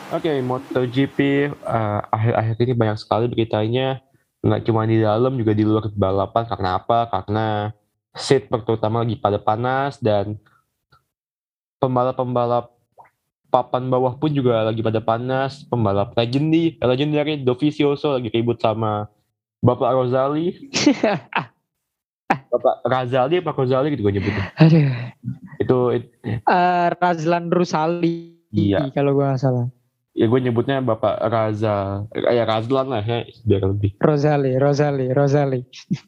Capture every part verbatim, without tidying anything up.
Oke, MotoGP uh, akhir-akhir ini banyak sekali beritanya, nggak cuma di dalam juga di luar balapan. Karena apa? Karena seat terutama lagi pada panas dan pembalap-pembalap papan bawah pun juga lagi pada panas. Pembalap legendi, legendary Dovizioso lagi ribut sama Bapak Rozali. Bapak Razali apa Rozali gitu gue nyebutnya. Aduh. Itu, it, Uh, Razlan Rusali iya. kalau gue nggak salah. Ya gue nyebutnya Bapak Raza, ya Razlan lah ya, biar lebih. Rosali, Rosali, Rosali.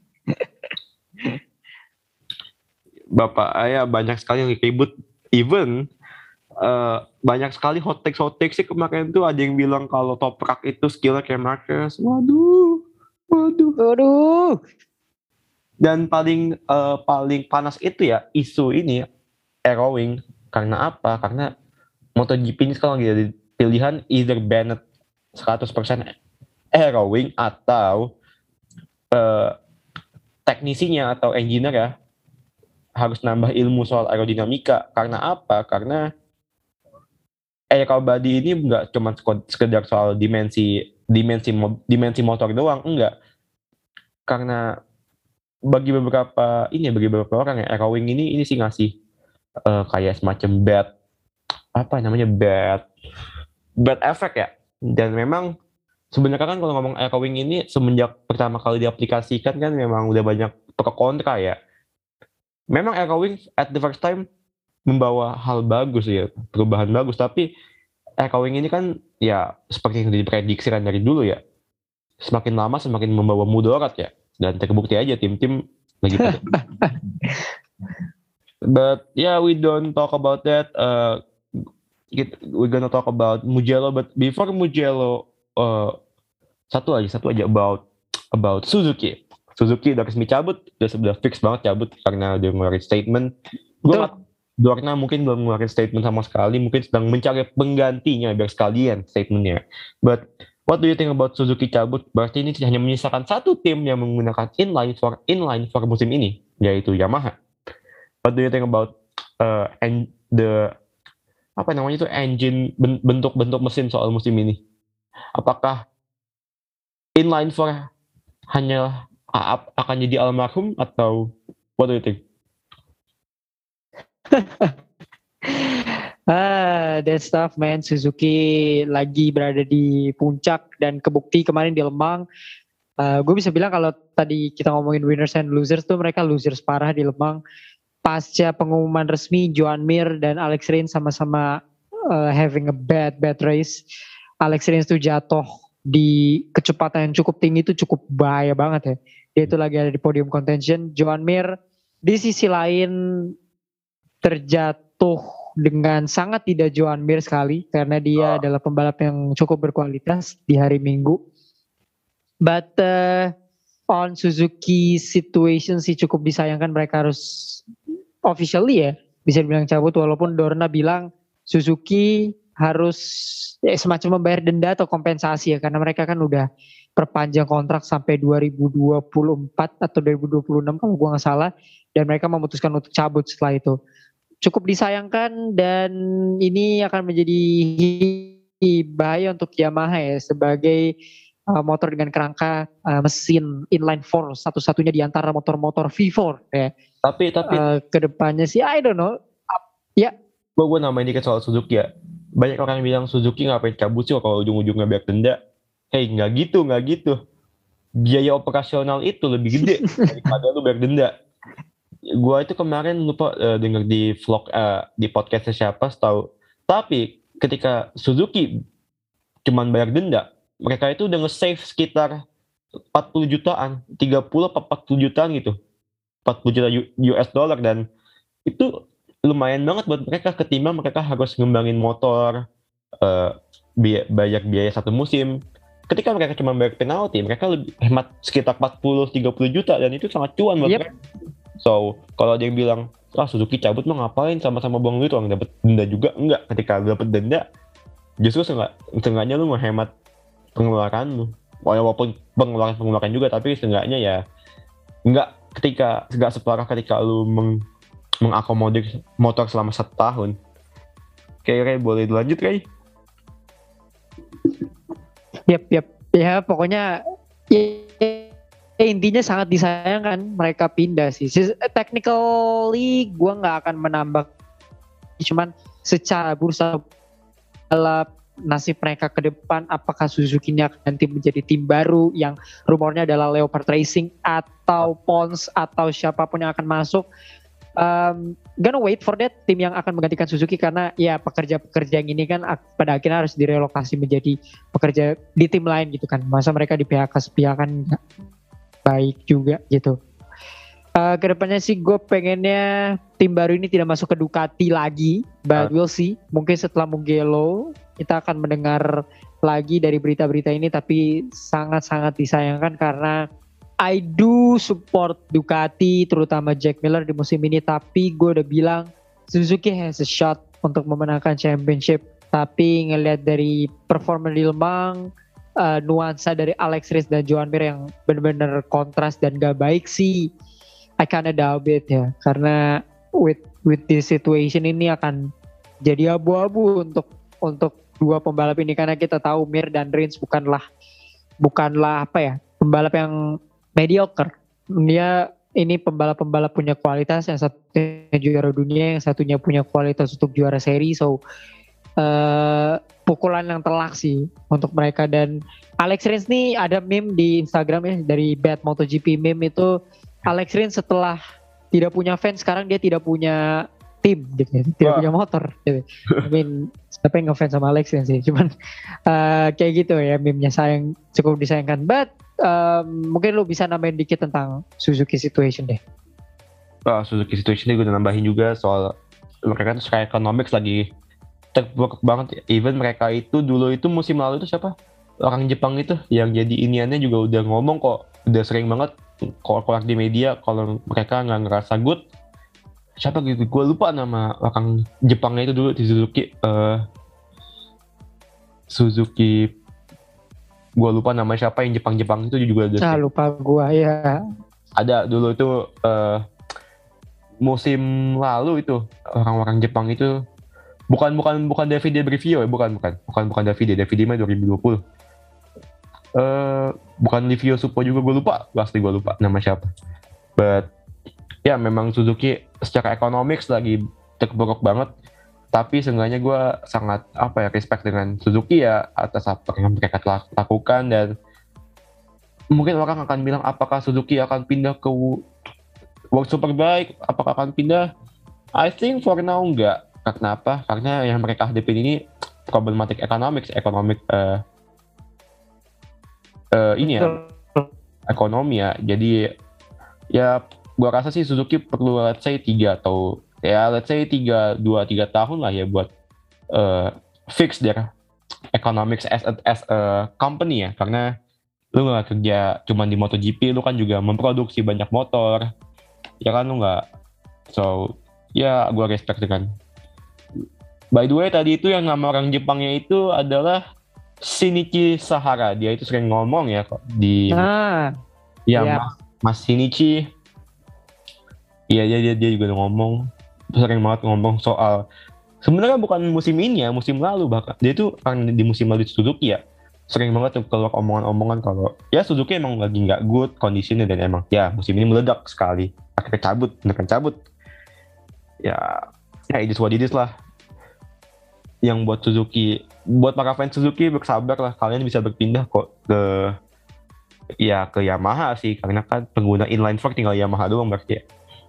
Bapak ayah banyak sekali yang ribut. Even uh, banyak sekali hot takes hot takes sih kemarin tuh ada yang bilang kalau Toprak itu skillnya kayak Marquez. Waduh, waduh. Waduh. Dan paling uh, paling panas itu ya isu ini arrowing. Karena apa? Karena MotoGP ini sekarang lagi ada pilihan either banned seratus persen arrowing atau uh, teknisinya atau engineer ya harus nambah ilmu soal aerodinamika. Karena apa? Karena aero body ini nggak cuma sekedar soal dimensi dimensi dimensi motor doang, enggak. Karena bagi beberapa ini bagi beberapa orang ya aerowing ini ini sih ngasih uh, kayak semacam bad apa namanya bad bad effect ya. Dan memang sebenarnya kan kalau ngomong aerowing ini semenjak pertama kali diaplikasikan kan memang udah banyak pro kontra ya. Memang aerowing at the first time membawa hal bagus ya, perubahan bagus, tapi aircowing ini kan ya seperti yang diprediksikan dari dulu ya, semakin lama semakin membawa mudarat ya, dan terbukti aja tim-tim lagi pada. But yeah, we don't talk about that. Uh, we're gonna talk about Mugello, but before Mugello, uh, satu aja satu aja about about Suzuki. Suzuki udah resmi cabut, udah sudah fix banget cabut karena udah ngeluarin statement. Gue nggak Dorna mungkin belum ngeluarin statement sama sekali, mungkin sedang mencari penggantinya biar sekalian statementnya. But what do you think about Suzuki cabut? Berarti ini hanya menyisakan satu tim yang menggunakan inline for inline for musim ini, yaitu Yamaha. What do you think about uh, and the apa namanya itu engine bentuk-bentuk mesin soal musim ini? Apakah inline for hanya akan jadi almarhum atau what do you think? ah, that stuff man. Suzuki lagi berada di puncak dan kebukti kemarin di Lemang. Uh, gue bisa bilang kalau tadi kita ngomongin winners and losers tuh mereka losers parah di Lemang. Pasca pengumuman resmi Joan Mir dan Alex Rins sama-sama uh, having a bad bad race. Alex Rins tuh jatuh di kecepatan yang cukup tinggi itu cukup bahaya banget ya. Dia itu lagi ada di podium contention. Joan Mir di sisi lain terjatuh dengan sangat tidak Joan Mir sekali karena dia oh. adalah pembalap yang cukup berkualitas di hari Minggu. But uh, on Suzuki situation sih cukup disayangkan mereka harus officially ya bisa dibilang cabut, walaupun Dorna bilang Suzuki harus ya, semacam membayar denda atau kompensasi ya karena mereka kan udah perpanjang kontrak sampai dua ribu dua puluh empat atau dua ribu dua puluh enam kalau gue nggak salah, dan mereka memutuskan untuk cabut setelah itu. Cukup disayangkan dan ini akan menjadi bahaya untuk Yamaha ya sebagai uh, motor dengan kerangka uh, mesin inline four satu-satunya di antara motor-motor V four ya. Tapi tapi uh, kedepannya sih I don't know. Ya. Gue gue namain dikit soal Suzuki ya. Banyak orang yang bilang Suzuki ngapain cabut sih kalau ujung-ujungnya bayar denda. Hei nggak gitu nggak gitu. Biaya operasional itu lebih gede daripada lu bayar denda. Gue itu kemarin lupa uh, denger di vlog uh, di podcastnya siapa tahu. Tapi ketika Suzuki cuman bayar denda, mereka itu udah nge-save sekitar empat puluh jutaan, tiga puluh atau empat puluh jutaan gitu. empat puluh juta U S dollar, dan itu lumayan banget buat mereka ketimbang mereka harus ngembangin motor, uh, biaya, banyak biaya satu musim. Ketika mereka cuma bayar penalti, mereka lebih hemat sekitar empat puluh sampai tiga puluh juta, dan itu sangat cuan buat yep. mereka. So, kalau ada yang bilang, ah Suzuki cabut mah ngapain, sama-sama buang duit, orang dapat denda juga. Enggak, ketika dapat denda, justru seenggaknya lu menghemat pengeluaran lu. Walaupun pengeluaran-pengeluaran juga, tapi seenggaknya ya enggak ketika enggak separah ketika lu meng, mengakomodir motor selama satu tahun. Oke, Ray, boleh dilanjut, Ray? Yap, yap. Ya pokoknya ya, ya, intinya sangat disayangkan mereka pindah sih. Sis- Technically gue nggak akan menambah, cuman secara bursa balap nasib mereka ke depan, apakah Suzuki ini akan nanti menjadi tim baru yang rumornya adalah Leopard Racing atau Pons atau siapapun yang akan masuk. Um, gonna wait for that tim yang akan menggantikan Suzuki, karena ya pekerja-pekerja yang ini kan pada akhirnya harus direlokasi menjadi pekerja di tim lain gitu kan. Masa mereka di P H K sepihak kan nggak baik juga gitu. Uh, kedepannya sih gue pengennya tim baru ini tidak masuk ke Ducati lagi, but uh. we'll see. Mungkin setelah Mugello kita akan mendengar lagi dari berita-berita ini, tapi sangat-sangat disayangkan karena I do support Ducati, terutama Jack Miller di musim ini, tapi gue udah bilang Suzuki has a shot untuk memenangkan championship. Tapi ngelihat dari performa di Lemang, uh, nuansa dari Alex Rins dan Joan Mir yang benar-benar kontras dan gak baik sih, I kinda doubt it ya, karena with with this situation ini akan jadi abu-abu untuk untuk dua pembalap ini, karena kita tahu Mir dan Rins bukanlah bukanlah apa ya pembalap yang mediocre. Dia ini pembalap-pembalap punya kualitas, yang satunya juara dunia, yang satunya punya kualitas untuk juara seri. So uh, pukulan yang telak sih untuk mereka. Dan Alex Rins nih ada meme di Instagram ya dari Bad MotoGP meme itu, Alex Rins setelah tidak punya fans, sekarang dia tidak punya tim gitu ya, tidak Wah. punya motor gitu. I mean, siapa yang ngefans sama Alex Rins sih, cuman uh, kayak gitu ya meme-nya, sayang, cukup disayangkan. But um, mungkin lu bisa nambahin dikit tentang Suzuki situation deh. Oh, Suzuki situation ini gue udah nambahin juga soal mereka tuh secara economics lagi terburuk banget. Even mereka itu dulu itu musim lalu itu siapa? Orang Jepang itu yang jadi iniannya juga udah ngomong kok, udah sering banget kalau keluar di media kalau mereka nggak ngerasa good. Siapa gitu? Gue lupa nama orang Jepangnya itu dulu di Suzuki. Uh, Suzuki. Gue lupa nama siapa yang Jepang-Jepang itu juga udah. Ah, lupa gue ya. Ada dulu itu uh, musim lalu itu orang-orang Jepang itu bukan bukan bukan Davide Brivio ya, bukan bukan bukan bukan Davide. Davide mah dua ribu dua puluh. Uh, bukan Livio Suppo juga, gue lupa pasti gue lupa nama siapa. But ya memang Suzuki secara economics lagi terburuk banget, tapi seenggaknya gue sangat apa ya respect dengan Suzuki ya atas apa yang mereka telah lakukan. Dan mungkin orang akan bilang apakah Suzuki akan pindah ke World Superbike, apakah akan pindah? I think for now enggak. Karena apa? Karena yang mereka hadapin ini problematic economics, economic uh, Uh, ini ya ekonomi ya, jadi ya gua rasa sih Suzuki perlu let's say tiga atau ya let's say tiga dua tiga tahun lah ya buat uh, fix their economics as a, as a company ya, karena lu nggak kerja cuma di MotoGP, lu kan juga memproduksi banyak motor ya kan, lu nggak. So ya gua respect dengan. By the way tadi itu yang nama orang Jepangnya itu adalah Shinichi Sahara. Dia itu sering ngomong ya kok di ah, ya yep. Mas, Mas Shinichi. Iya dia, dia dia juga ngomong, sering banget ngomong soal sebenarnya bukan musim ini ya, musim lalu bahkan. Dia itu kan di musim lalu di Suzuki ya, sering banget tuh keluar omongan-omongan kalau ya Suzuki emang lagi nggak good kondisinya, dan emang ya musim ini meledak sekali. Akhirnya cabut, beneran cabut. Ya, ya it is what it is lah. Yang buat Suzuki, buat para fans Suzuki bersabar lah, kalian bisa berpindah kok ke ya ke Yamaha sih, karena kan pengguna inline four tinggal Yamaha doang berarti ya.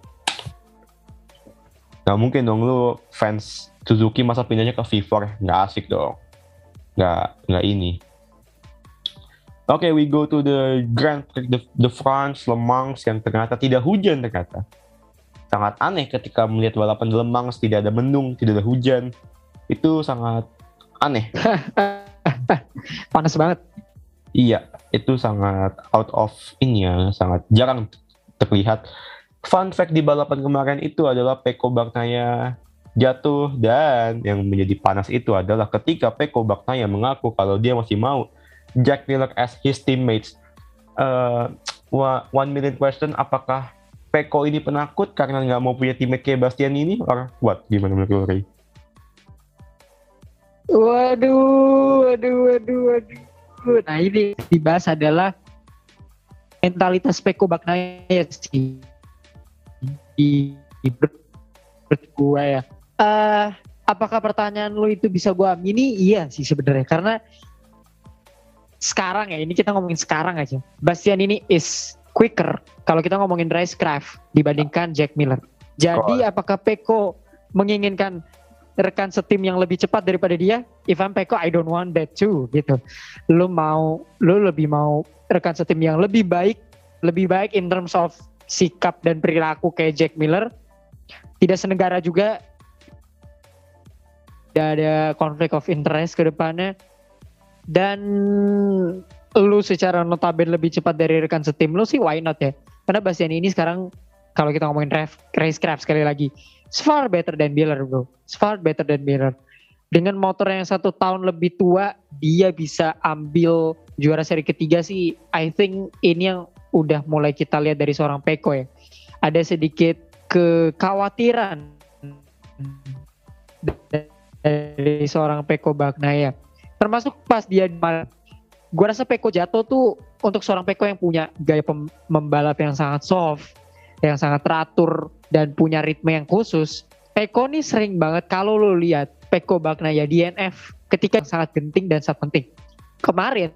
Nggak mungkin dong lu fans Suzuki masa pindahnya ke V four, nggak asik dong, nggak nggak ini. Oke, okay, we go to the Grand Prix de, de France Le Mans yang ternyata tidak hujan ternyata. Sangat aneh ketika melihat balapan di Le Mans tidak ada mendung, tidak ada hujan. Itu sangat aneh. Panas banget. Iya, itu sangat out of ini ya, sangat jarang terlihat. Fun fact di balapan kemarin itu adalah Pecco Bagnaia jatuh, dan yang menjadi panas itu adalah ketika Pecco Bagnaia mengaku kalau dia masih mau Jack Miller as his teammates. Uh, one million question, apakah Pecco ini penakut karena nggak mau punya teammate kayak Bastian ini, or what? Gimana menurut lo, Ray? Waduh, waduh, waduh, waduh. nah ini dibahas adalah mentalitas Pecco Bagnaia sih di, di menurut gue ya. Uh, apakah pertanyaan lu itu bisa gue amini? Iya sih sebenarnya, karena sekarang ya, ini kita ngomongin sekarang aja. Bastian ini is quicker kalau kita ngomongin racecraft dibandingkan Jack Miller. Jadi apakah Pecco menginginkan rekan setim yang lebih cepat daripada dia? If I'm Pecco, I don't want that too gitu. Lu mau, lu lebih mau rekan setim yang lebih baik, lebih baik in terms of sikap dan perilaku kayak Jack Miller, tidak senegara juga, tidak ada konflik of interest ke depannya, dan lu secara notabene lebih cepat dari rekan setim lu sih, why not ya? Karena Bastian ini sekarang kalau kita ngomongin racecraft sekali lagi, it's far better than Miller bro, it's far better than Miller. Dengan motor yang satu tahun lebih tua, dia bisa ambil juara seri ketiga sih. I think ini yang udah mulai kita lihat dari seorang Pecco ya. Ada sedikit kekhawatiran dari seorang Pecco Bagnaia. Termasuk pas dia, gue rasa Pecco jatuh tuh untuk seorang Pecco yang punya gaya pem- membalap yang sangat soft, yang sangat teratur dan punya ritme yang khusus. Pecco nih sering banget kalau lo lihat Pecco Bagnaia D N F ketika sangat genting dan sangat penting. Kemarin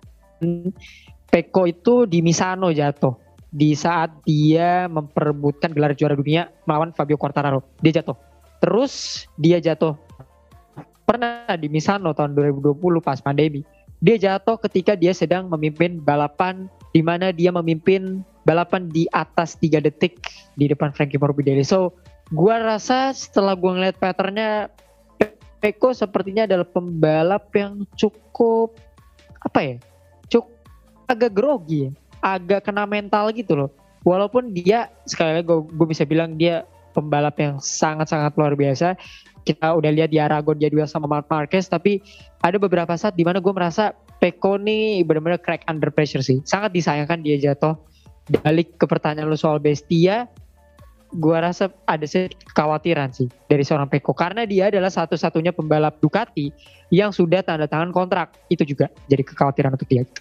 Pecco itu di Misano jatuh di saat dia memperebutkan gelar juara dunia melawan Fabio Quartararo. Dia jatuh. Terus dia jatuh pernah di Misano tahun dua ribu dua puluh pas pandemi. Dia jatuh ketika dia sedang memimpin balapan di mana dia memimpin balapan di atas tiga detik di depan Frankie Morbidelli. So, gua rasa setelah gua ngeliat patternnya, Pecco sepertinya adalah pembalap yang cukup apa ya? Cukup agak grogi ya, agak kena mental gitu loh. Walaupun dia sekali lagi gue bisa bilang dia pembalap yang sangat-sangat luar biasa. Kita udah lihat di Aragon dia duel sama Marc Marquez, tapi ada beberapa saat di mana gue merasa Pecco nih benar-benar crack under pressure sih. Sangat disayangkan dia jatuh. Balik ke pertanyaan lu soal Bestia, gue rasa ada sedikit kekhawatiran sih dari seorang Pecco karena dia adalah satu-satunya pembalap Ducati yang sudah tanda tangan kontrak. Itu juga jadi kekhawatiran untuk dia.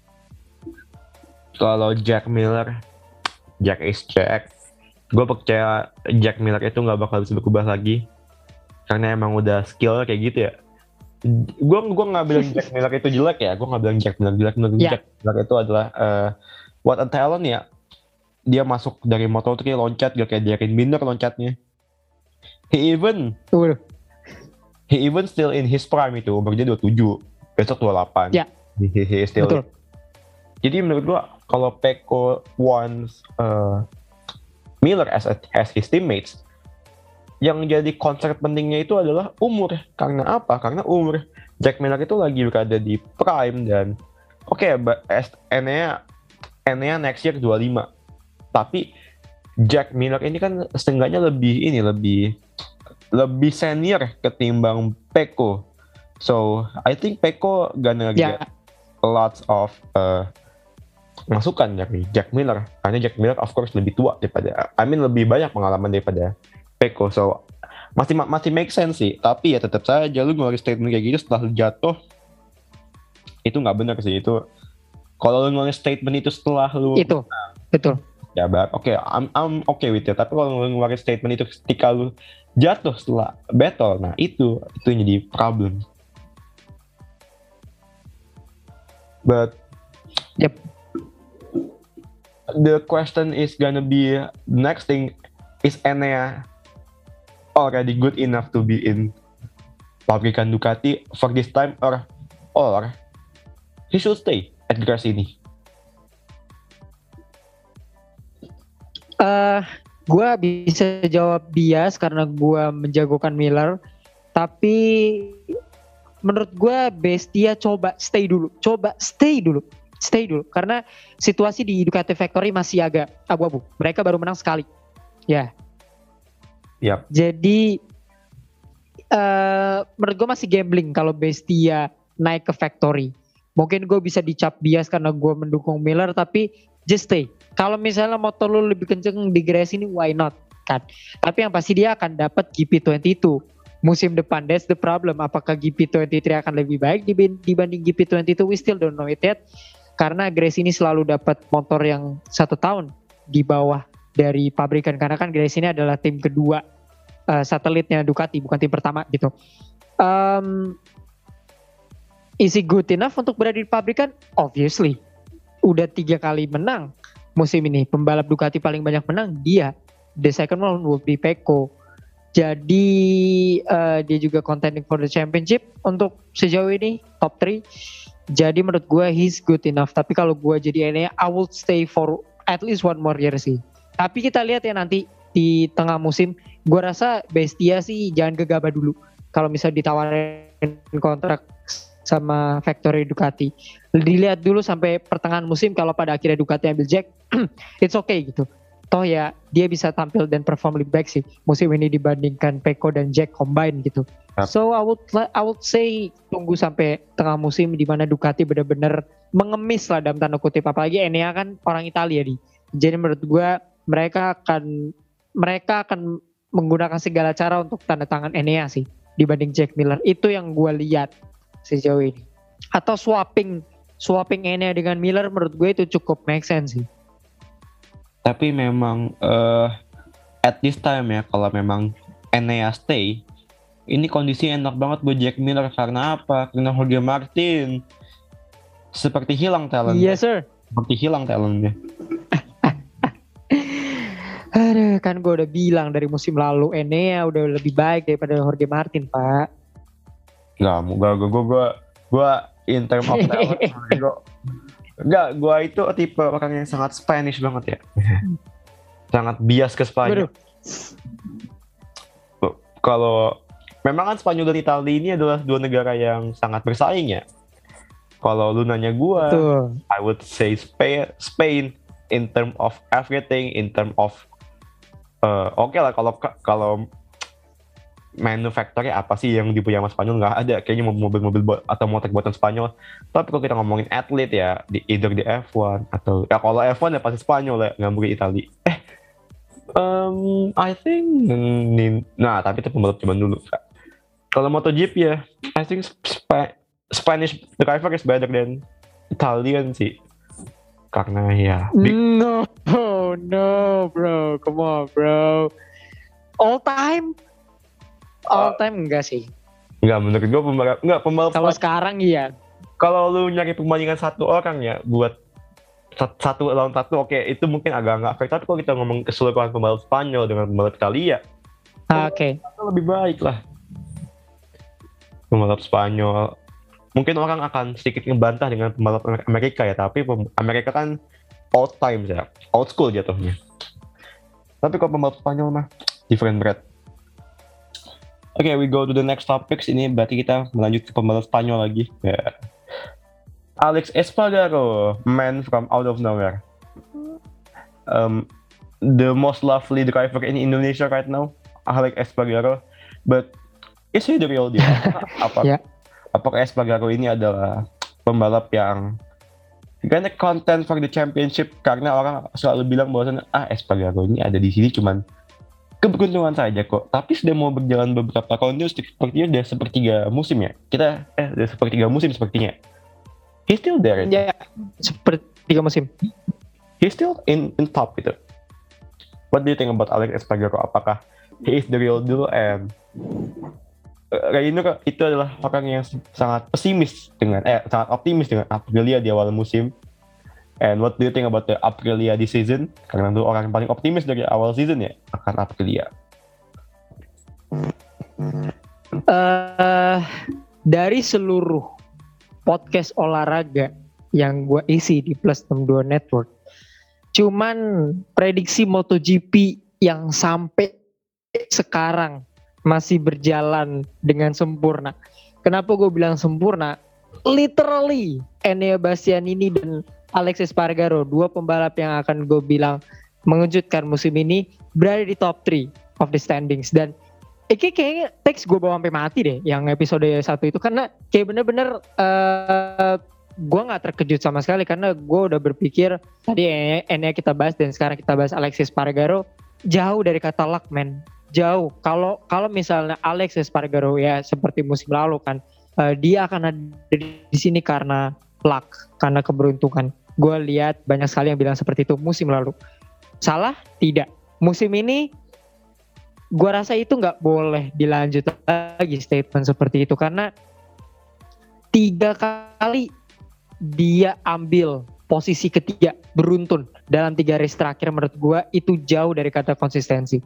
Kalau Jack Miller, Jack is Jack. Gue percaya Jack Miller itu nggak bakal bisa berubah lagi karena emang udah skill kayak gitu ya. Gue gue nggak bilang Jack Miller itu jelek ya. Gue nggak bilang Jack Miller jelek. Menurut yeah. Jack Miller itu adalah uh, what a talent ya. Dia masuk dari Moto tiga loncat gak kayak Darren Binder loncatnya. He even uh. he even still in his prime itu. Umur dia dua puluh tujuh, besok dua puluh delapan. Yeah. He, he is still. Betul. Jadi menurut gue kalau Pecco wants uh, Miller as a, as his teammates, yang jadi konsep pentingnya itu adalah umur. Karena apa? Karena umur. Jack Miller itu lagi berada di prime dan oke, okay, Enea Enea next year dua puluh lima. Tapi Jack Miller ini kan setengahnya lebih ini lebih lebih senior ketimbang Pecco. So I think Pecco gonna yeah. get lots of uh, masukan dari Jack Miller karena Jack Miller of course lebih tua daripada I mean lebih banyak pengalaman daripada Pecco. So masih masih make sense sih, tapi ya tetap saja lu ngeluarin statement kayak gitu setelah lu jatuh itu nggak benar sih. Itu kalau lu ngeluarin statement itu setelah lu itu nah, betul ya bar oke okay, I'm I'm okay with it. Tapi kalau lu ngeluarin statement itu ketika lu jatuh setelah battle, nah itu itu yang jadi problem. But yep. The question is gonna be next thing, is Enea already good enough to be in pabrikan Ducati for this time or or he should stay at Gresini? Uh, gue bisa jawab bias karena gue menjagokan Miller, tapi menurut gue Bestia coba stay dulu, coba stay dulu. Stay dulu, karena situasi di Ducati Factory masih agak abu-abu. Mereka baru menang sekali, ya. Yep. Jadi, uh, menurut gue masih gambling kalau Bestia naik ke Factory. Mungkin gue bisa dicap bias karena gue mendukung Miller, tapi just stay. Kalau misalnya motor lu lebih kenceng di Gresini, why not? Kan? Tapi yang pasti dia akan dapat G P dua puluh dua musim depan. That's the problem. Apakah G P dua puluh tiga akan lebih baik dibanding G P dua puluh dua? We still don't know it yet. Karena Gresini selalu dapat motor yang satu tahun di bawah dari pabrikan. Karena kan Gresini adalah tim kedua uh, satelitnya Ducati, bukan tim pertama gitu. Um, is it good enough untuk berada di pabrikan? Obviously. Udah tiga kali menang musim ini. Pembalap Ducati paling banyak menang dia. The second one will be Pecco. Jadi uh, dia juga contending for the championship untuk sejauh ini top tiga. Jadi menurut gue he's good enough. Tapi kalau gue jadi Enea, I will stay for at least one more year sih. Tapi kita lihat ya nanti di tengah musim. Gue rasa Bestia sih jangan gegabah dulu. Kalau misalnya ditawarin kontrak sama factory Ducati, dilihat dulu sampai pertengahan musim. Kalau pada akhirnya Ducati ambil Jack, it's okay gitu. Toh ya dia bisa tampil dan perform lebih baik sih musim ini dibandingkan Pecco dan Jack combine gitu. Yep. So I would I would say tunggu sampai tengah musim di mana Ducati benar-benar mengemis lah dalam tanda kutip. Apalagi Enea kan orang Italia nih. Jadi menurut gue mereka akan mereka akan menggunakan segala cara untuk tanda tangan Enea sih dibanding Jack Miller. Itu yang gue lihat sejauh ini. Atau swapping swapping Enea dengan Miller menurut gue itu cukup make sense sih. Tapi memang uh, at this time ya, kalau memang Enea stay, ini kondisi enak banget buat Jack Miller. Karena apa? Karena Jorge Martin seperti hilang talentnya. Yes sir. Seperti hilang talentnya. Aduh, kan gue udah bilang dari musim lalu Enea udah lebih baik daripada Jorge Martin, Pak. Gak, gue gue gue gue in term of talent, gue Enggak, gue itu tipe orang yang sangat Spanish banget ya. Sangat bias ke Spanyol. Kalau memang kan Spanyol dan Italia ini adalah dua negara yang sangat bersaing ya. Kalau lu nanya gue, I would say Spain, Spain in term of everything, in term of uh, oke okay lah kalau kalau manufacturer apa sih yang dipunya sama Spanyol, nggak ada kayaknya mobil-mobil atau motor buatan Spanyol. Tapi kalau kita ngomongin atlet ya di either di F satu atau ya kalau F satu ya pasti Spanyol ya, nggak mungkin Italia. Eh, um, I think nah tapi itu pembalap zaman dulu. Kalau MotoGP ya, I think Sp- Spanish driver is better than Italian sih. Karena ya big... no no bro, come on bro, all time. All time enggak sih. Enggak, menurut gue pembalap enggak pembalap. Kalau sekarang iya. Kalau lu nyari perbandingan satu orang ya buat satu lawan satu, oke okay, itu mungkin agak enggak fair. Tapi kalau kita ngomong keseluruhan pembalap Spanyol dengan pembalap Italia, ah, oke, okay. lebih baik lah pembalap Spanyol. Mungkin orang akan sedikit ngebantah dengan pembalap Amerika ya, tapi Amerika kan old times ya, old school jatuhnya. Tapi kalau pembalap Spanyol mah different breed. Oke, okay, we go to the next topics. Ini berarti kita melanjut ke pembalap Spanyol lagi. Yeah. Alex Espargaro, man from out of nowhere. Um, the most lovely driver in Indonesia right now, Alex Espargaro. But is he the real deal? Apa, yeah. Apakah Espargaro ini adalah pembalap yang gonna contend for the championship? Karena orang selalu bilang bahwa ah Espargaro ini ada di sini cuman keberuntungan saja kok, tapi sudah mau berjalan beberapa ronde sepertinya udah sepertiga musim ya. Kita eh udah sepertiga musim sepertinya. He's still there. Ya, yeah, sepertiga musim. He's still in in top gitu. What do you think about Alex Espargaro? Apakah he is the real deal? And Rainer itu adalah orang yang sangat pesimis dengan eh sangat optimis dengan Aprilia di awal musim. And what do you think about the Aprilia this season? Karena itu orang yang paling optimis dari awal season ya akan Aprilia. Uh, dari seluruh podcast olahraga yang gue isi di Plus enam puluh dua Network, cuman prediksi MotoGP yang sampai sekarang masih berjalan dengan sempurna. Kenapa gue bilang sempurna? Literally Enea Bastianini dan Alex Espargaro, dua pembalap yang akan gue bilang mengejutkan musim ini, berada di top tiga of the standings. Dan eh, kayaknya teks gue bawa sampai mati deh yang episode satu itu, karena kayak bener-bener uh, gue gak terkejut sama sekali, karena gue udah berpikir tadi Enea kita bahas dan sekarang kita bahas Alex Espargaro, jauh dari kata luck man, jauh. Kalau kalau misalnya Alex Espargaro ya seperti musim lalu kan, uh, dia akan ada di sini karena luck, karena keberuntungan. Gue lihat banyak sekali yang bilang seperti itu musim lalu. Salah? Tidak. Musim ini gue rasa itu nggak boleh dilanjut lagi statement seperti itu, karena tiga kali dia ambil posisi ketiga beruntun dalam tiga race terakhir. Menurut gue itu jauh dari kata konsistensi.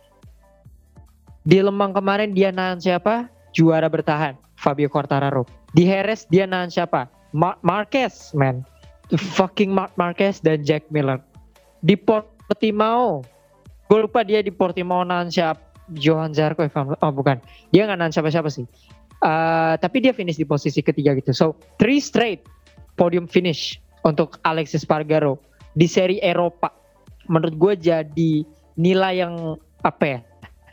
Di Lemang kemarin dia nahan siapa? Juara bertahan Fabio Quartararo. Di Jerez dia nahan siapa? Mar- Marquez man, fucking Mark Marquez dan Jack Miller. Di Portimao, gue lupa dia di Portimao nahan siapa? Johan Zarco. Oh bukan, dia nggak nahan siapa-siapa sih. Uh, tapi dia finish di posisi ketiga gitu. So three straight podium finish untuk Alex Espargaro di seri Eropa. Menurut gue jadi nilai yang apa ya,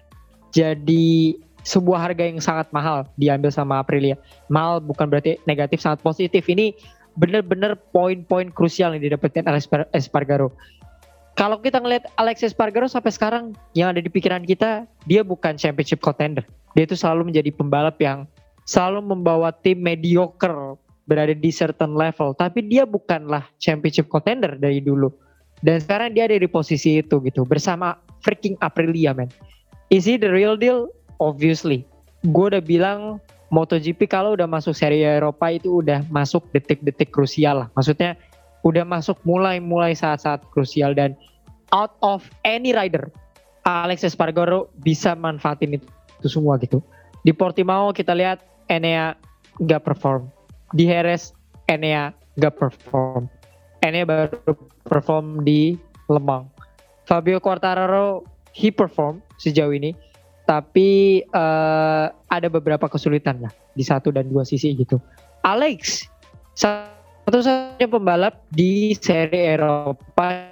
jadi sebuah harga yang sangat mahal diambil sama Aprilia. Mahal bukan berarti negatif, sangat positif. Ini benar-benar poin-poin krusial yang didapatkan Alex Espargaro. Kalau kita ngelihat Alex Espargaro sampai sekarang, yang ada di pikiran kita, dia bukan championship contender. Dia itu selalu menjadi pembalap yang selalu membawa tim mediocre berada di certain level, tapi dia bukanlah championship contender dari dulu. Dan sekarang dia ada di posisi itu gitu, bersama freaking Aprilia man. Is he the real deal? Obviously. Gue udah bilang MotoGP kalau udah masuk seri Eropa itu udah masuk detik-detik krusial lah. Maksudnya udah masuk mulai-mulai saat-saat krusial, dan out of any rider Alex Espargaro bisa manfaatin itu, itu semua gitu. Di Portimao kita lihat Enea gak perform. Di Jerez Enea gak perform. Enea baru perform di Lemang. Fabio Quartararo he perform sejauh ini, tapi uh, ada beberapa kesulitan lah di satu dan dua sisi gitu. Alex satu-satunya pembalap di seri Eropa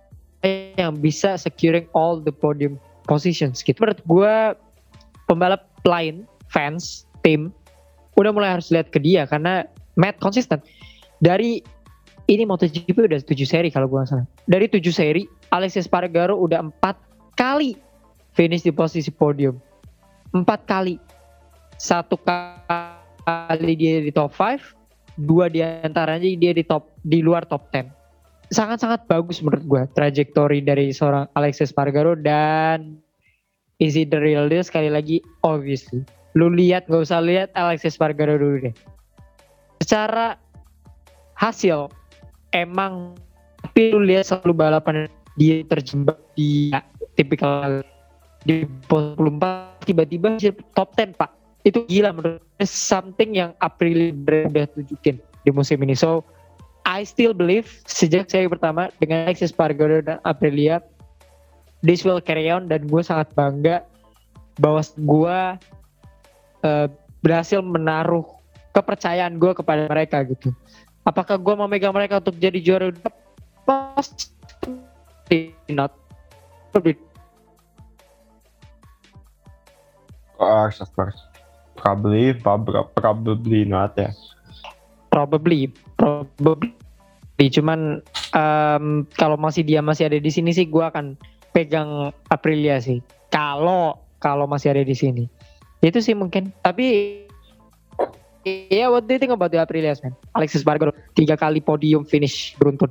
yang bisa securing all the podium positions gitu. Menurut gue pembalap lain, fans, tim udah mulai harus lihat ke dia, karena Matt konsisten. Dari ini MotoGP udah tujuh seri kalau gue gak salah. Dari tujuh seri, Alex Espargaro udah empat kali finish di posisi podium. Empat kali. Satu kali dia di top lima, dua diantaranya dia di top di luar top sepuluh. Sangat-sangat bagus menurut gue trajektori dari seorang Alex Espargaro. Dan is it the real deal? Sekali lagi, obviously. Lu lihat, gak usah lihat Alex Espargaro dulu deh. Secara hasil emang, tapi lu lihat selalu balapan dia terjebak di ya, tipikal di pos dua puluh empat tiba-tiba top sepuluh pak. Itu gila menurut saya, something yang Aprilia udah tunjukin di musim ini. So I still believe sejak seri pertama dengan Alex Espargaro dan Aprilia, this will carry on, dan gue sangat bangga bahwa gue uh, berhasil menaruh kepercayaan gue kepada mereka gitu. Apakah gue mau megang mereka untuk jadi juara? Pasti not. Of course, of course. Probably, probably not ya. Probably, probably. Cuman um, kalau masih dia masih ada di sini sih, gue akan pegang Aprilia sih. Kalau kalau masih ada di sini, itu sih mungkin. Tapi ya, yeah, what do you think about the Aprilia, man? Alex Espargaro tiga kali podium finish beruntun.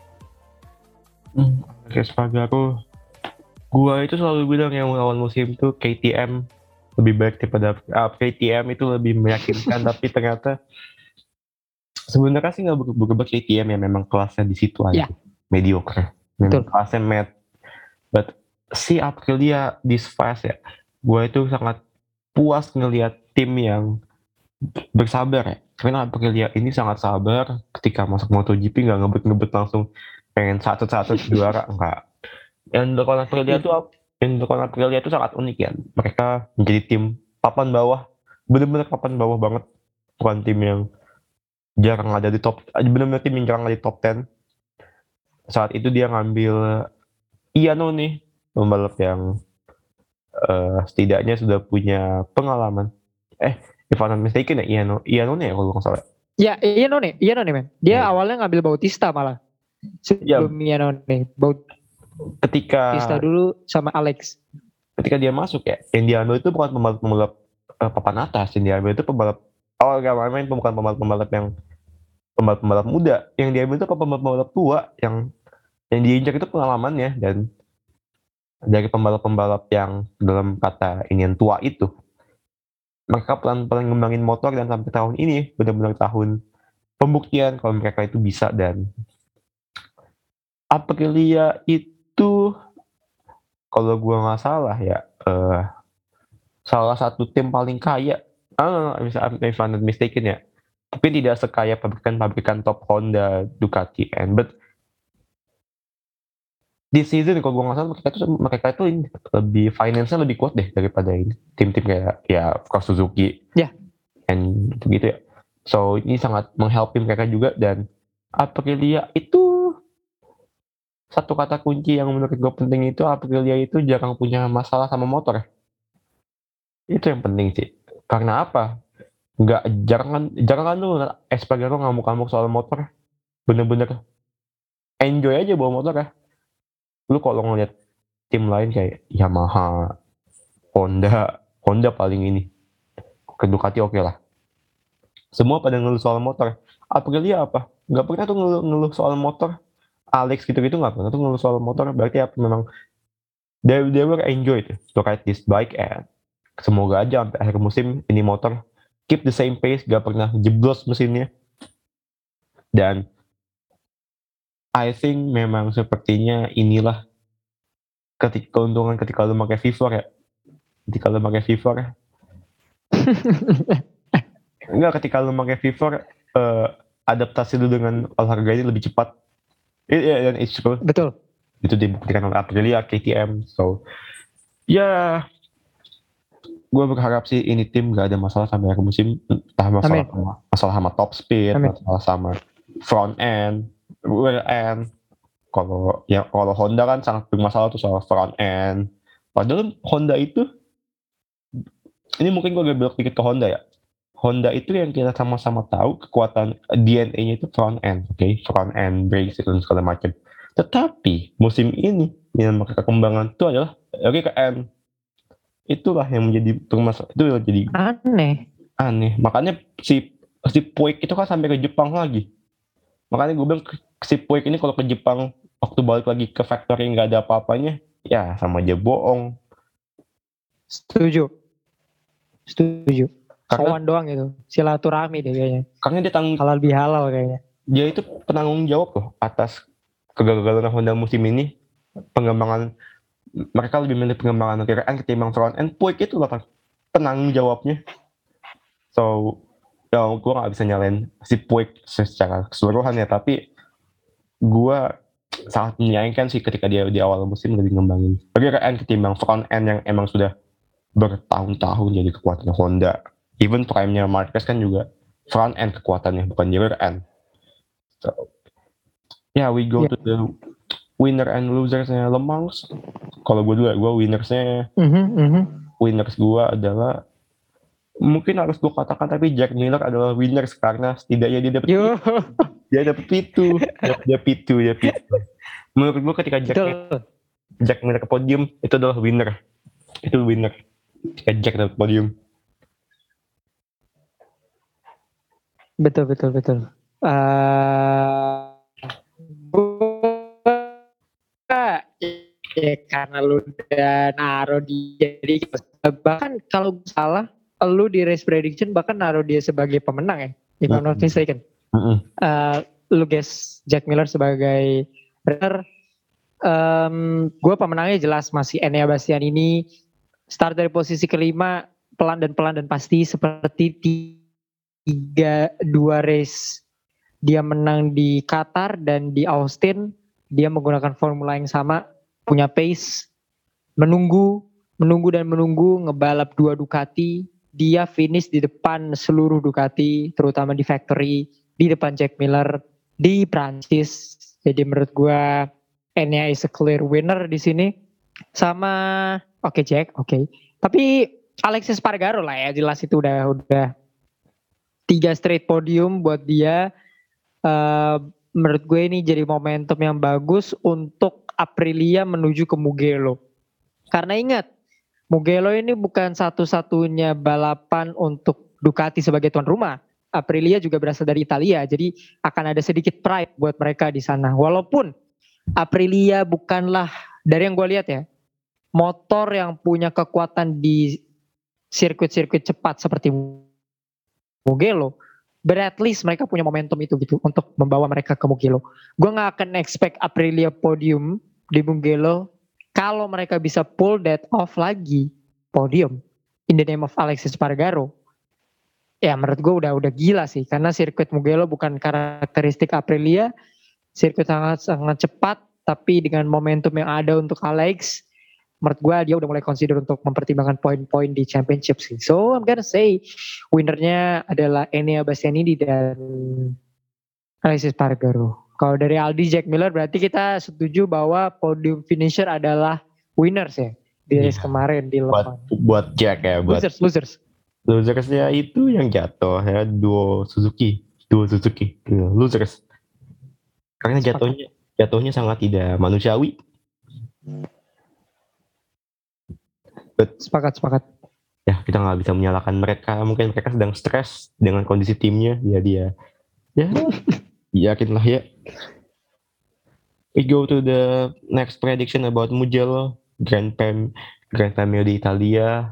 Hmm, Alex Espargaro, gua itu selalu bilang yang awal musim tuh K T M lebih baik daripada uh, K T M itu lebih meyakinkan. Tapi ternyata sebenarnya sih nggak berubah. K T M ya memang kelasnya di situ aja, yeah. Mediocre. Memang kelasnya met. But si Aprilia this fast ya, gua itu sangat puas ngelihat tim yang bersabar ya, karena Aprilia ini sangat sabar ketika masuk MotoGP, nggak ngebet-ngebet langsung pengen satu-satu juara, enggak. Yang dilakukan Aprilia itu yang dilakukan Aprilia itu sangat unik ya. Mereka menjadi tim papan bawah, benar-benar papan bawah banget, bukan tim yang jarang ada di top, benar-benar tim yang jarang ada di top sepuluh. Saat itu dia ngambil Iannone, pembalap yang uh, setidaknya sudah punya pengalaman. Eh If I'm not mistaken ya, Iannone, Iannone ya kalau nggak salah. Ya, Iannone, Iannone men. Dia yeah. awalnya ngambil Bautista malah. Sebelum yeah. Iannone, Bautista ketika dulu sama Alex. ketika dia masuk ya, yang diambil itu bukan pembalap-pembalap uh, papan atas, yang diambil itu pembalap awal gak main bukan pembalap-pembalap yang pembalap-pembalap muda, yang diambil itu pembalap-pembalap tua yang yang diinjak itu pengalamannya, dan dari pembalap-pembalap yang dalam kata ini yang tua itu, mereka pelan-pelan ngembangin motor dan sampai tahun ini benar-benar tahun pembuktian kalau mereka itu bisa. Dan Aprilia itu kalau gua nggak salah ya uh, salah satu tim paling kaya, ah misalnya if I'm not mistaken ya, tapi tidak sekaya pabrikan-pabrikan top Honda, Ducati, and but this season kalau gue nggak salah mereka tuh mereka itu lebih finance-nya lebih kuat deh daripada ini tim-tim kayak ya of course Suzuki Ya. and gitu ya. So ini sangat menghelpin mereka juga. Dan Aprilia itu satu kata kunci yang menurut gue penting itu Aprilia itu jarang punya masalah sama motor. Itu yang penting sih. Karena apa? Nggak jarang kan jarang kan lu Espargaro ngamuk-ngamuk soal motor. Bener-bener enjoy aja bawa motor ya. Lu kalau ngeliat tim lain kayak Yamaha, Honda, Honda paling ini. Ke Ducati oke okay lah. Semua pada ngeluh soal motor. Aprilia apa? Nggak pernah tuh ngeluh, ngeluh soal motor. Alex gitu-gitu nggak pernah tuh ngeluh soal motor. Berarti apa memang they, they were enjoy to ride this bike, and semoga aja sampai akhir musim ini motor keep the same pace, gak pernah jeblos mesinnya. Dan I think memang sepertinya inilah ketika keuntungan ketika lu pakai Vivor ya. Ketika lu pakai Vivor ya. Enggak, ketika lu pakai Vivor uh, adaptasi lu dengan olahraga ini lebih cepat. Iya, yeah, dan it's true. Betul. Itu dibuktikan oleh Aprilia, K T M. So, ya, yeah, gue berharap sih ini tim gak ada masalah sampai akhir musim. Entah masalah sama, masalah sama top speed, Amin. Masalah sama front end, rear end. Kalau ya kalau Honda kan sangat bermasalah tuh soal front end. Padahal Honda itu, ini mungkin gue agak belok dikit ke Honda ya. Honda itu yang kita sama-sama tahu kekuatan D N A-nya itu front end, oke, okay? Front end brakes dan segala macam. Tetapi musim ini yang mereka kembangkan itu adalah rear end. Itulah yang menjadi permasalahan, itu yang jadi aneh. Aneh. Makanya si si Puig itu kan sampai ke Jepang lagi. Makanya gue bilang si Puig ini kalau ke Jepang waktu balik lagi ke factory nggak ada apa-apanya, ya sama aja bohong. Setuju. Setuju. Kawan doang itu, silaturahmi deh kayaknya. Karena dia tanggung halal bihalal kayaknya. Dia itu penanggung jawab loh atas kegagalan Honda musim ini. Pengembangan mereka lebih milih pengembangan rear end ketimbang front end. Puig itu lah penanggung jawabnya. So, ya gue nggak bisa nyalain si Puig secara keseluruhan ya, tapi gue sangat menyayangkan sih ketika dia di awal musim lebih ngembangin rear end ketimbang front end yang emang sudah bertahun-tahun jadi kekuatan Honda. Even prime-nya Marquez kan juga front end kekuatannya, bukan rear end. So, yeah, we go yeah. to the winner and losers-nya Le Mans. Kalau gue dulu ya, gue winners-nya, mm-hmm, mm-hmm. winners gue adalah, mungkin harus gue katakan, tapi Jack Miller adalah winners karena setidaknya dia dapat dia dapat P dua, dia P dua, dia P dua. Menurut gue ketika Jack Miller, Jack Miller ke podium itu adalah winner, itu winner. Ketika Jack dapat podium. Betul betul betul. Uh, ya karena lu udah naruh dia, jadi bahkan kalau salah, lu di race prediction bahkan naruh dia sebagai pemenang ya, if I'm not mistaken. Mm-hmm. Uh, lu guess Jack Miller sebagai winner. Um, gue pemenangnya jelas masih Enea Bastianini. Start dari posisi kelima, pelan dan pelan dan pasti seperti tiga dua race dia menang di Qatar dan di Austin. Dia menggunakan formula yang sama, punya pace, menunggu menunggu dan menunggu, ngebalap dua Ducati. Dia finish di depan seluruh Ducati, terutama di factory, di depan Jack Miller di Prancis. Jadi menurut gue Enea is a clear winner di sini. Sama oke okay, Jack, oke. Okay. Tapi Alexis Espargaro lah ya, jelas itu udah udah tiga straight podium buat dia. Uh, menurut gue ini jadi momentum yang bagus untuk Aprilia menuju ke Mugello. Karena ingat, Mugello ini bukan satu-satunya balapan untuk Ducati sebagai tuan rumah. Aprilia juga berasal dari Italia, jadi akan ada sedikit pride buat mereka di sana. Walaupun Aprilia bukanlah, dari yang gue lihat ya, motor yang punya kekuatan di sirkuit-sirkuit cepat seperti Mugello, but at least mereka punya momentum itu gitu untuk membawa mereka ke Mugello. Gue nggak akan expect Aprilia podium di Mugello kalau mereka bisa pull that off lagi podium in the name of Alexis Espargaro. Ya menurut gue udah udah gila sih, karena sirkuit Mugello bukan karakteristik Aprilia, sirkuit sangat sangat cepat, tapi dengan momentum yang ada untuk Alex, menurut gue dia udah mulai consider untuk mempertimbangkan poin-poin di championship sih. So I'm gonna say winnernya adalah Enea Bastianini dan Alexis Espargaro. Kalau dari Aldi Jack Miller berarti kita setuju bahwa podium finisher adalah winners ya di race yeah. kemarin di Le Mans. Buat, buat Jack ya, buat losers, losers. Losersnya itu yang jatuh ya, duo Suzuki, duo Suzuki, losers. Karena jatuhnya jatuhnya sangat tidak manusiawi. But, sepakat, sepakat. Ya kita nggak bisa menyalahkan mereka, mungkin mereka sedang stres dengan kondisi timnya, ya dia, ya yakinlah ya. We go to the next prediction about Mugello, Grand Prem, Grand Premio di Italia.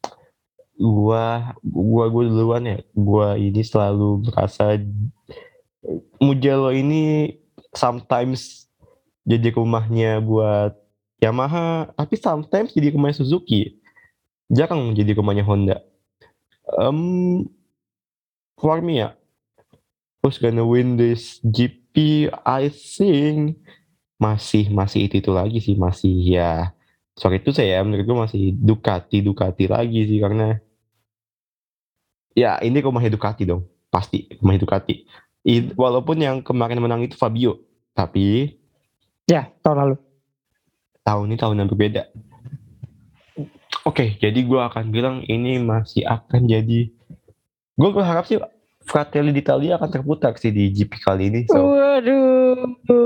Gua, gua, gua duluan ya. Gua ini selalu merasa Mugello ini sometimes jadi rumahnya buat Yamaha, tapi sometimes jadi rumahnya Suzuki. Jarang jadi rumahnya Honda. Um, for me ya, who's gonna win this G P? I think masih masih itu itu lagi sih, masih ya. Sorry itu saya menurut gue masih Ducati Ducati lagi sih, karena ya ini rumahnya Ducati dong, pasti rumahnya Ducati. I, walaupun yang kemarin menang itu Fabio, tapi ya tahun lalu. Tahun ini tahun yang berbeda. Oke, okay, jadi gue akan bilang ini masih akan jadi. Gue berharap sih Fratelli d'Italia akan terputar sih di G P kali ini. So, waduh.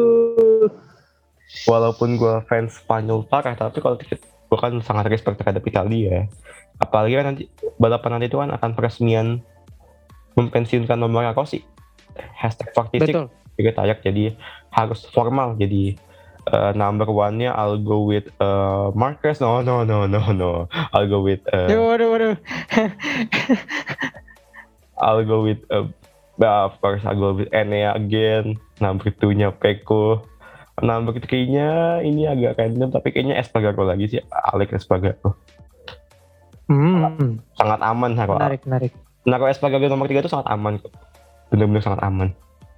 Walaupun gue fans Spanyol parah, tapi kalau gue kan sangat respect terhadap Italia. Apalagi kan nanti balapan nanti itu kan akan peresmian mempensiunkan nomor Rossi. Hashtag empat puluh enam. Jadi tayak, jadi harus formal. Jadi uh, number one-nya I'll go with uh, Marquez. No, no, no, no, no. I'll go with... Uh, waduh, waduh. I'll go with... Uh, of course, I'll go with Enea again. Number two-nya Pecco. Number three-nya ini agak random, tapi kayaknya Espargaro lagi sih, Alex Espargaro. Hmm. Sangat aman. Menarik, menarik. Nah kalau Espargaro nomor tiga itu sangat aman kok. Benar-benar sangat aman.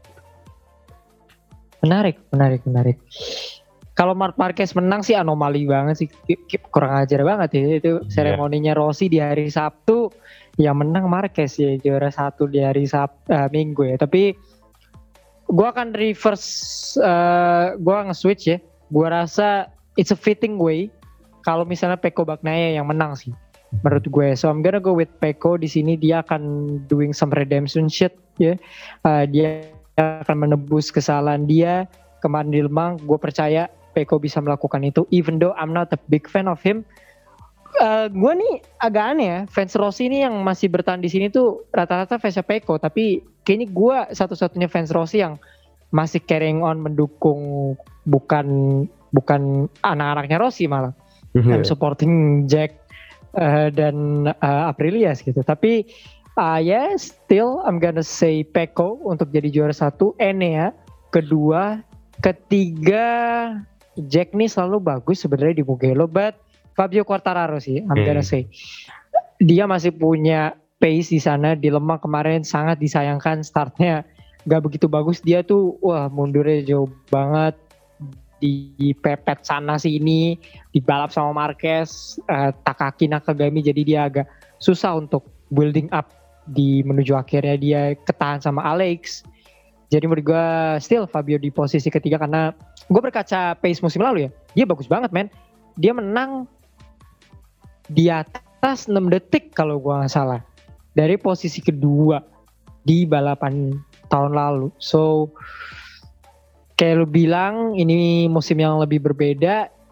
Menarik, menarik, menarik. Kalau Marc Marquez menang sih anomali banget sih, kurang ajar banget ya. Itu seremoninya Rossi di hari Sabtu, yang menang Marquez ya, juara satu di hari Sabtu, uh, Minggu ya. Tapi gue akan reverse, uh, gue nge-switch ya. Gue rasa it's a fitting way kalau misalnya Pecco Bagnaia yang menang sih, menurut gue. So I'm gonna go with Pecco di sini. Dia akan doing some redemption shit ya. Uh, dia akan menebus kesalahan dia kemarin di Le Mans. Gue percaya Pecco bisa melakukan itu. Even though I'm not a big fan of him. Uh, gue nih agak aneh ya, fans Rossi ini yang masih bertahan di sini tuh rata-rata fansnya Pecco, tapi kayaknya gue satu-satunya fans Rossi yang masih carrying on mendukung, bukan bukan anak-anaknya Rossi malah. I'm supporting Jack uh, dan uh, Aprilia gitu. Tapi uh, ya yeah, still I'm gonna say Pecco untuk jadi juara satu, Enea kedua, ketiga Jack nih selalu bagus sebenarnya di Mugello, but Fabio Quartararo sih, I'm gonna say. Dia masih punya pace di sana. Di Le Mans kemarin sangat disayangkan startnya gak begitu bagus. Dia tuh wah mundurnya jauh banget. Dipepet sana sini, dibalap sama Marquez, uh, Takaki Nakagami. Jadi dia agak susah untuk building up di menuju akhirnya. Dia ketahan sama Alex. Jadi menurut gue still Fabio di posisi ketiga, karena gue berkaca pace musim lalu ya. Dia bagus banget men. Dia menang di atas enam detik kalau gue gak salah dari posisi kedua di balapan tahun lalu. So kayak lu bilang ini musim yang lebih berbeda.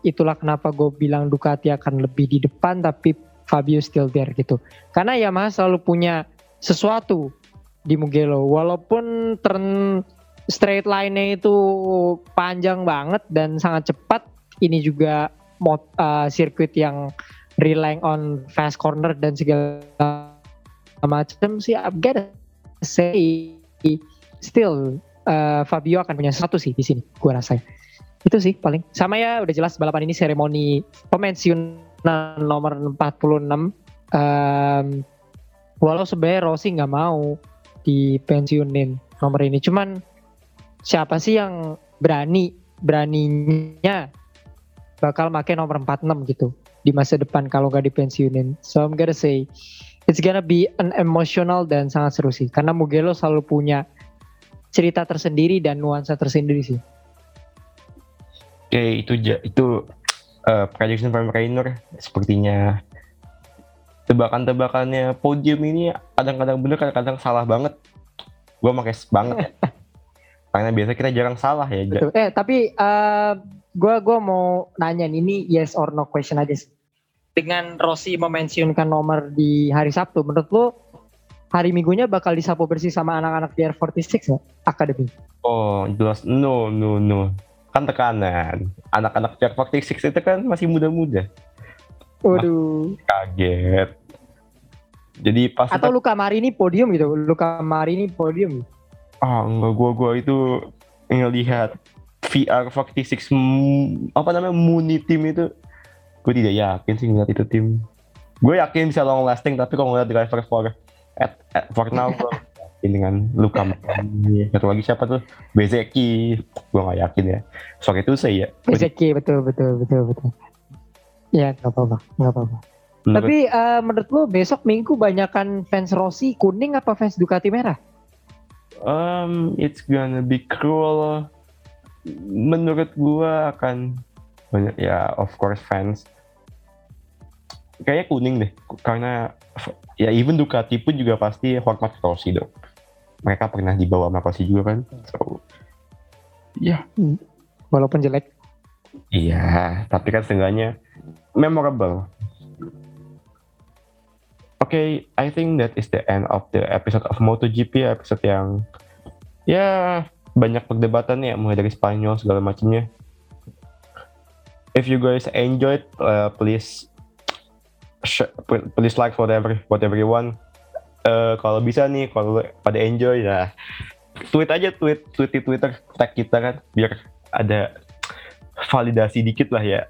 itulah kenapa gue bilang Ducati akan lebih di depan, tapi Fabio still there gitu. Karena Yamaha selalu punya sesuatu di Mugello, walaupun turn straight line-nya itu panjang banget dan sangat cepat. Ini juga mod, uh, sirkuit yang relying on fast corner dan segala macam sih. I'm gonna say still uh, Fabio akan punya satu sih di sini, gue rasa. Itu sih paling. Sama ya udah jelas balapan ini seremoni pemensiunan nomor empat puluh enam. Um, walau sebenarnya Rossi nggak mau dipensiunin nomor ini. Cuman siapa sih yang berani beraninya bakal pakai nomor empat puluh enam gitu di masa depan kalau nggak dipensiunin. So I'm gonna say it's gonna be an emotional dan sangat seru sih. Karena Mugello selalu punya cerita tersendiri dan nuansa tersendiri sih. Oke, itu itu uh, prediction from Rainer. Sepertinya tebakan-tebakannya podium ini kadang-kadang bener, kadang-kadang salah banget. Gue makanya banget ya. Karena biasa kita jarang salah ya. Betul. Eh tapi uh, gue gue mau nanya ini yes or no question aja sih. Dengan Rossi memensiunkan nomor di hari Sabtu, menurut lo hari Minggunya bakal disapu bersih sama anak-anak di R empat puluh enam nggak? Akademi? Oh jelas no no no. Kan tekanan. Anak-anak R empat puluh enam itu kan masih muda-muda. Waduh. Kaget. Jadi pas atau Luca Marini podium gitu. Luca Marini podium. Ah enggak, gua-gua itu ngelihat V R empat puluh enam apa namanya Muni team itu, gue tidak yakin sih ngeliat itu tim. Gue yakin bisa long lasting, tapi kalau ngeliat driver for at, at for now gue yakin dengan Luca Marini. Satu lagi siapa tuh? Bezeki. Gue nggak yakin ya. Soal itu saya. Bezeki betul betul betul betul. Ya nggak apa-apa nggak apa-apa. Menurut, tapi uh, menurut lo besok Minggu banyakan fans Rossi kuning apa fans Ducati merah? Um, it's gonna be cruel. Menurut gua akan banyak ya, of course fans. Kayaknya kuning deh, karena ya even Ducati pun juga pasti hormat Rossi dong. Mereka pernah dibawa sama Rossi juga kan, so ya. Yeah. Walaupun jelek. Iya, tapi kan seenggaknya memorable. Okay, I think that is the end of the episode of MotoGP, episode yang ya banyak perdebatan ya, mulai dari Spanyol segala macamnya. If you guys enjoyed, uh, please sh- please like whatever whatever you want. Uh, kalau bisa nih, kalau pada enjoy ya tweet aja, tweet tweet di Twitter, tag kita kan, biar ada validasi dikit lah ya.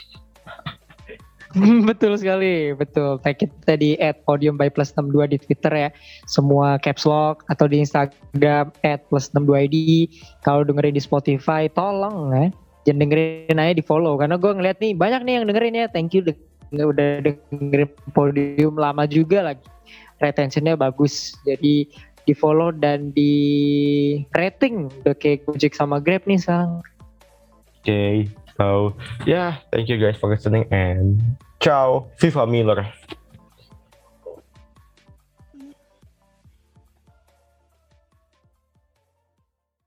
Betul sekali, betul. Tag kita di at podium by plus enam dua di Twitter ya. Semua caps lock, atau di Instagram at plus enam dua I D. Kalau dengerin di Spotify, tolong ya, jangan dengerin aja di follow. Karena gue ngeliat nih, banyak nih yang dengerin ya. Thank you udah dengerin podium lama juga lagi. Retentionnya bagus. Jadi di follow dan di rating. Udah kayak Gojek sama Grab nih sekarang. Oke, okay. So yeah, thank you guys for listening and ciao, Viva Miller.